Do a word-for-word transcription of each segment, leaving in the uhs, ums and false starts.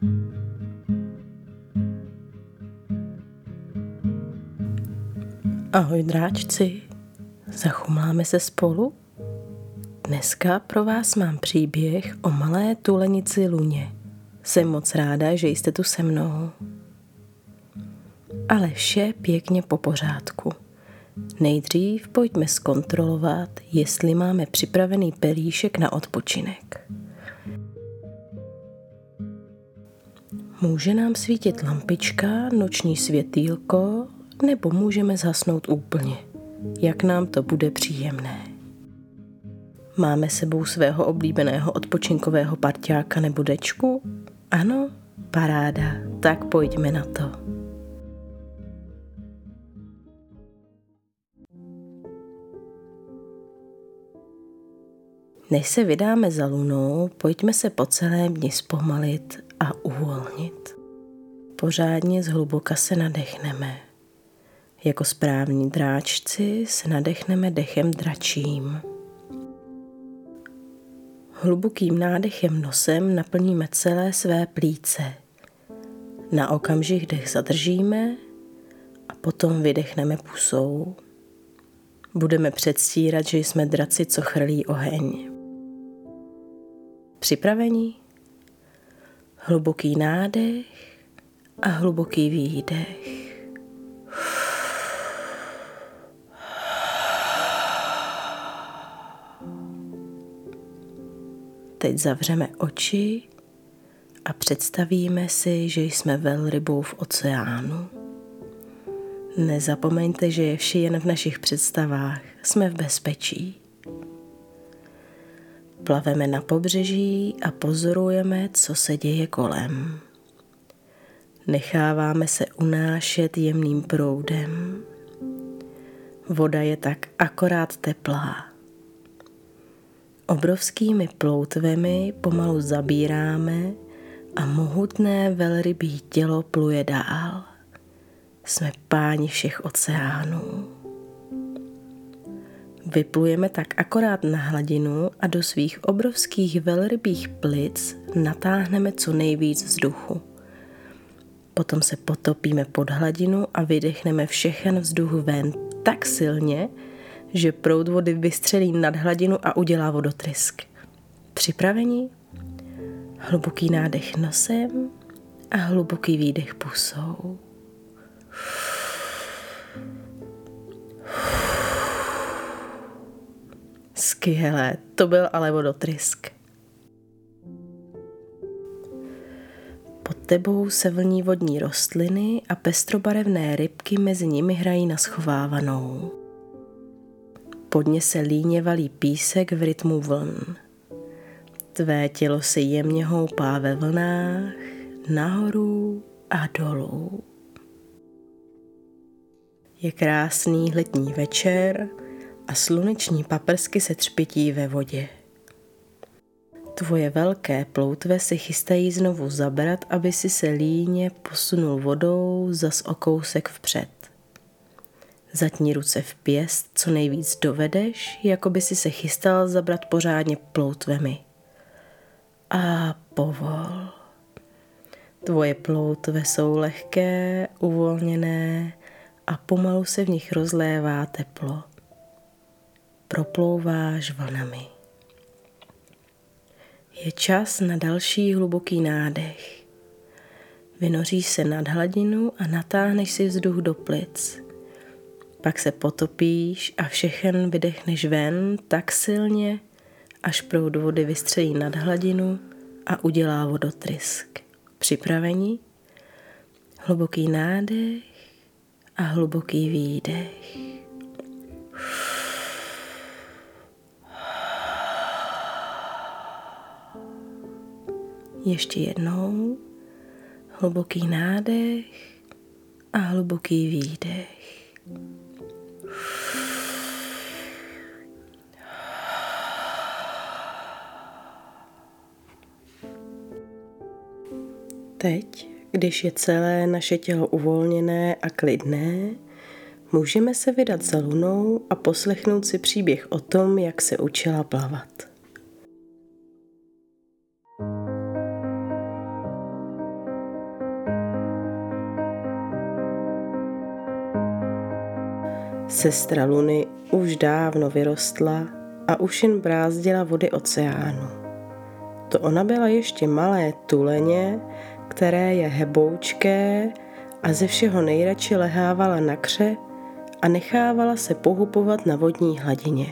Ahoj dráčci, zachumláme se spolu? Dneska pro vás mám příběh o malé tulenici Luně. Jsem moc ráda, že jste tu se mnou. Ale vše pěkně po pořádku. Nejdřív pojďme zkontrolovat, jestli máme připravený pelíšek na odpočinek. Může nám svítit lampička, noční světýlko, nebo můžeme zhasnout úplně, jak nám to bude příjemné. Máme sebou svého oblíbeného odpočinkového parťáka nebo dečku? Ano? Paráda, tak pojďme na to. Než se vydáme za Lunou, pojďme se po celém dni zpomalit a uvolnit. Pořádně zhluboka se nadechneme. Jako správní dráčci se nadechneme dechem dračím. Hlubokým nádechem nosem naplníme celé své plíce. Na okamžik dech zadržíme a potom vydechneme pusou. Budeme předstírat, že jsme draci, co chrlí oheň. Připraveni? Hluboký nádech a hluboký výdech. Teď zavřeme oči a představíme si, že jsme velrybou v oceánu. Nezapomeňte, že je vše jen v našich představách. Jsme v bezpečí. Plaveme na pobřeží a pozorujeme, co se děje kolem. Necháváme se unášet jemným proudem. Voda je tak akorát teplá. Obrovskými ploutvemi pomalu zabíráme a mohutné velrybí tělo pluje dál. Jsme páni všech oceánů. Vyplujeme tak akorát na hladinu a do svých obrovských velrybích plic natáhneme co nejvíc vzduchu. Potom se potopíme pod hladinu a vydechneme všechen vzduch ven tak silně, že proud vody vystřelí nad hladinu a udělá vodotrysk. Připraveni? Hluboký nádech nosem a hluboký výdech pusou. Skvělé, to byl ale vodotrysk. Pod tebou se vlní vodní rostliny a pestrobarevné rybky mezi nimi hrají na schovávanou. Pod ně se líně valí písek v rytmu vln. Tvé tělo se jemně houpá ve vlnách, nahoru a dolů. Je krásný letní večer a sluneční paprsky se třpytí ve vodě. Tvoje velké ploutve se chystají znovu zabrat, aby si se líně posunul vodou zas o kousek vpřed. Zatni ruce v pěst, co nejvíc dovedeš, jako by si se chystal zabrat pořádně ploutvemi. A povol. Tvoje ploutve jsou lehké, uvolněné a pomalu se v nich rozlévá teplo. Proplouváš vlnami. Je čas na další hluboký nádech. Vynoříš se nad hladinu a natáhneš si vzduch do plic. Pak se potopíš a všechen vydechneš ven tak silně, až proud vody vystřelí nad hladinu a udělá vodotrysk. Připraveni? Hluboký nádech a hluboký výdech. Ještě jednou. Hluboký nádech a hluboký výdech. Teď, když je celé naše tělo uvolněné a klidné, můžeme se vydat za Lunou a poslechnout si příběh o tom, jak se učila plavat. Sestra Luny už dávno vyrostla a už jen brázdila vody oceánu. To ona byla ještě malé tuleně, které je heboučké a ze všeho nejradši lehávala na kře a nechávala se pohupovat na vodní hladině.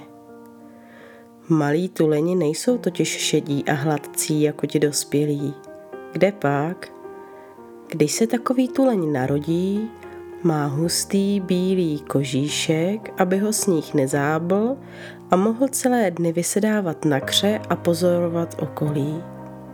Malí tuleni nejsou totiž šedí a hladcí jako ti dospělí. Kde pak? Když se takový tuleň narodí, má hustý bílý kožíšek, aby ho sníh nezábl a mohl celé dny vysedávat na kře a pozorovat okolí.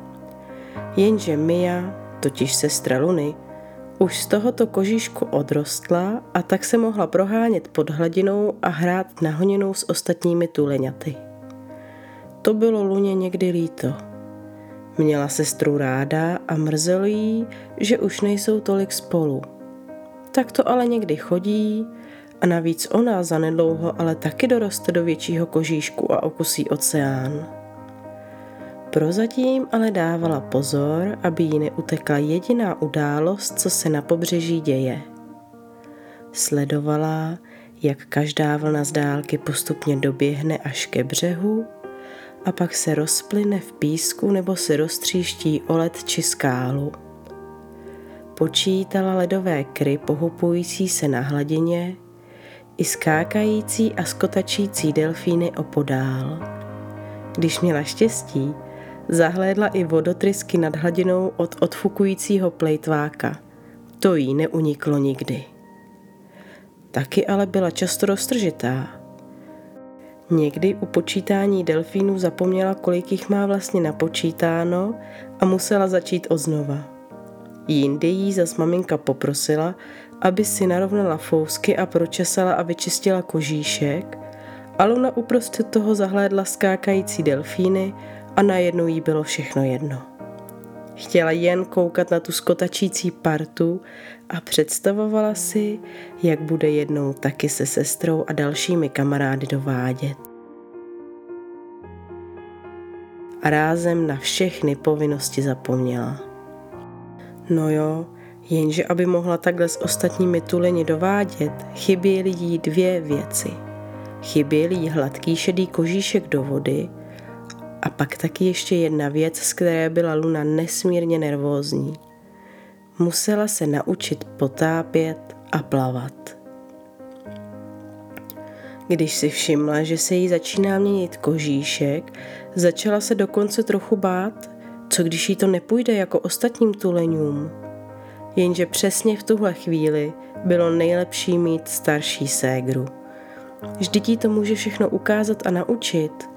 Jenže Mia, totiž sestra Luny, už z tohoto kožíšku odrostla a tak se mohla prohánět pod hladinou a hrát na honinou s ostatními tuleňaty. To bylo Luně někdy líto. Měla sestru ráda a mrzelo jí, že už nejsou tolik spolu. Tak to ale někdy chodí a navíc ona zanedlouho ale taky doroste do většího kožíšku a okusí oceán. Prozatím ale dávala pozor, aby jí neutekla jediná událost, co se na pobřeží děje. Sledovala, jak každá vlna z dálky postupně doběhne až ke břehu a pak se rozplyne v písku nebo se roztříští o led či skálu. Počítala ledové kry pohupující se na hladině i skákající a skotačící delfíny opodál. Když měla štěstí, zahlédla i vodotrysky nad hladinou od odfukujícího plejtváka. To jí neuniklo nikdy. Taky ale byla často roztržitá. Někdy u počítání delfínů zapomněla, kolik jich má vlastně napočítáno a musela začít odznova. Jindy jí zas maminka poprosila, aby si narovnala fousky a pročesala a vyčistila kožíšek, a Luna uprostřed toho zahlédla skákající delfíny a najednou jí bylo všechno jedno. Chtěla jen koukat na tu skotačící partu a představovala si, jak bude jednou taky se sestrou a dalšími kamarády dovádět. A rázem na všechny povinnosti zapomněla. No jo, jenže aby mohla takhle s ostatními tuleni dovádět, chyběly jí dvě věci. Chyběl jí hladký šedý kožíšek do vody a pak taky ještě jedna věc, z které byla Luna nesmírně nervózní. Musela se naučit potápět a plavat. Když si všimla, že se jí začíná měnit kožíšek, začala se dokonce trochu bát, co když jí to nepůjde jako ostatním tuleňům. Jenže přesně v tuhle chvíli bylo nejlepší mít starší ségru. Vždyť jí to může všechno ukázat a naučit.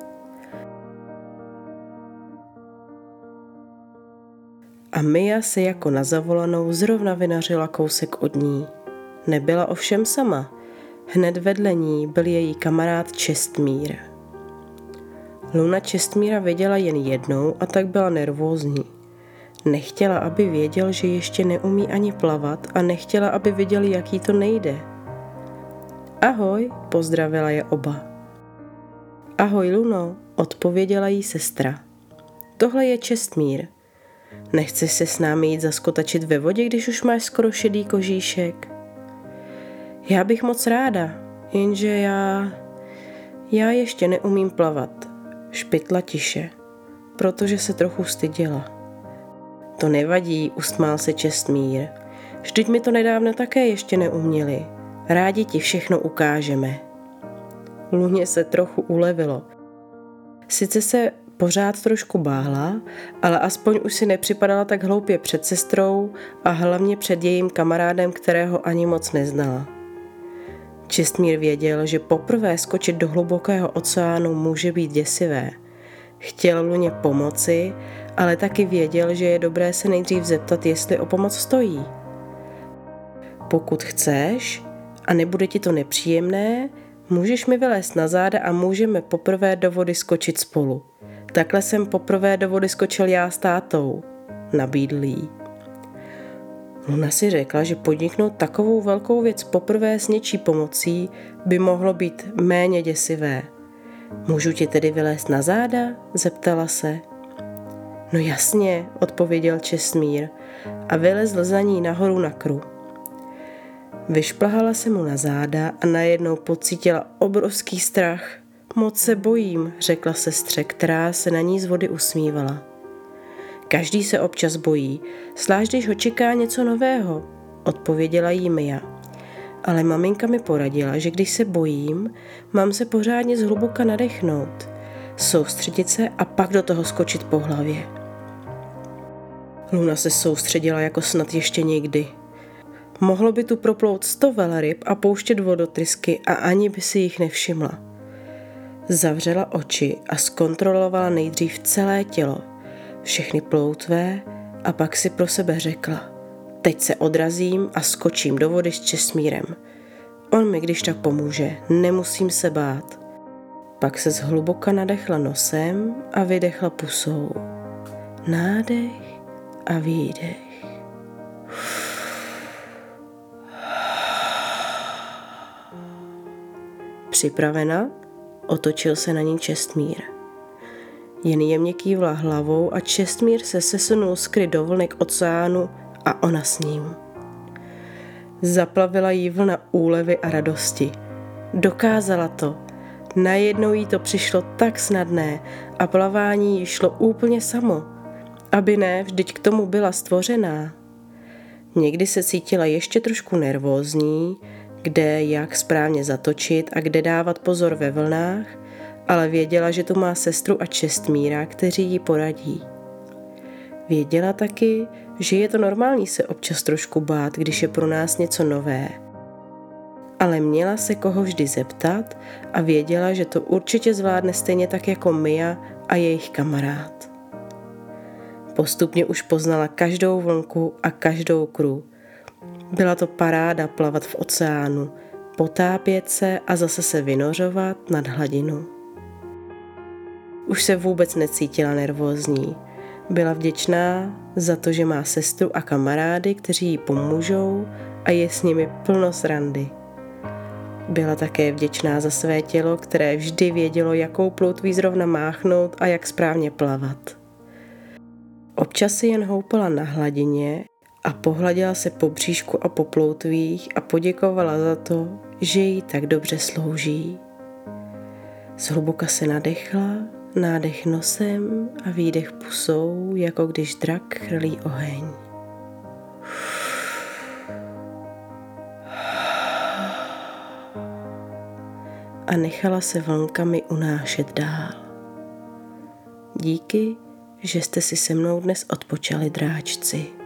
A Mia se jako na zavolanou zrovna vynařila kousek od ní. Nebyla ovšem sama. Hned vedle ní byl její kamarád Čestmír. Luna Čestmíra viděla jen jednou a tak byla nervózní. Nechtěla, aby věděl, že ještě neumí ani plavat a nechtěla, aby viděli, jak jí to nejde. Ahoj, pozdravila je oba. Ahoj, Luno, odpověděla jí sestra. Tohle je Čestmír. Nechceš se s námi jít zaskotačit ve vodě, když už máš skoro šedý kožíšek? Já bych moc ráda, jenže já... Já ještě neumím plavat, špitla tiše, protože se trochu styděla. To nevadí, usmál se Čestmír. Vždyť mi to nedávno také ještě neuměli. Rádi ti všechno ukážeme. Luně se trochu ulevilo. Sice se pořád trošku bála, ale aspoň už si nepřipadala tak hloupě před sestrou a hlavně před jejím kamarádem, kterého ani moc neznala. Čestmír věděl, že poprvé skočit do hlubokého oceánu může být děsivé. Chtěl Luně pomoci, ale taky věděl, že je dobré se nejdřív zeptat, jestli o pomoc stojí. Pokud chceš a nebude ti to nepříjemné, můžeš mi vylézt na záda a můžeme poprvé do vody skočit spolu. Takhle jsem poprvé do vody skočil já s tátou, nabídl jí. Luna si řekla, že podniknout takovou velkou věc poprvé s něčí pomocí by mohlo být méně děsivé. Můžu ti tedy vylézt na záda? Zeptala se. No jasně, odpověděl Čestmír a vylezl za ní nahoru na kru. Vyšplhala se mu na záda a najednou pocítila obrovský strach. Moc se bojím, řekla sestře, která se na ní z vody usmívala. Každý se občas bojí, zvlášť když ho čeká něco nového, odpověděla jí Mia. Ale maminka mi poradila, že když se bojím, mám se pořádně zhluboka nadechnout, soustředit se a pak do toho skočit po hlavě. Luna se soustředila jako snad ještě nikdy. Mohlo by tu proplout sto velryb a pouštět vodotrysky a ani by si jich nevšimla. Zavřela oči a zkontrolovala nejdřív celé tělo, všechny ploutve a pak si pro sebe řekla: teď se odrazím a skočím do vody s Čestmírem. On mi když tak pomůže, nemusím se bát. Pak se zhluboka nadechla nosem a vydechla pusou. Nádech a výdech. Připravena? Otočil se na ní Čestmír. Jen jemně kývla hlavou a Čestmír se sesunul skry do vlny k oceánu a ona s ním. Zaplavila jí vlna úlevy a radosti. Dokázala to. Najednou jí to přišlo tak snadné a plavání jí šlo úplně samo. Aby ne, vždyť k tomu byla stvořená. Někdy se cítila ještě trošku nervózní, kde jak správně zatočit a kde dávat pozor ve vlnách, ale věděla, že tu má sestru a Čestmíra, kteří jí poradí. Věděla taky, že je to normální se občas trošku bát, když je pro nás něco nové. Ale měla se koho vždy zeptat a věděla, že to určitě zvládne stejně tak jako Mia a jejich kamarád. Postupně už poznala každou vlnku a každou kru. Byla to paráda plavat v oceánu, potápět se a zase se vynořovat nad hladinu. Už se vůbec necítila nervózní. Byla vděčná za to, že má sestru a kamarády, kteří jí pomůžou a je s nimi plno srandy. Byla také vděčná za své tělo, které vždy vědělo, jakou ploutví zrovna máchnout a jak správně plavat. Občas si jen houpala na hladině a pohladila se po bříšku a po ploutvích a poděkovala za to, že jí tak dobře slouží. Zhluboka se nadechla, nádech nosem a výdech pusou, jako když drak chrlí oheň. A nechala se vlnkami unášet dál. Díky, že jste si se mnou dnes odpočali, dráčci.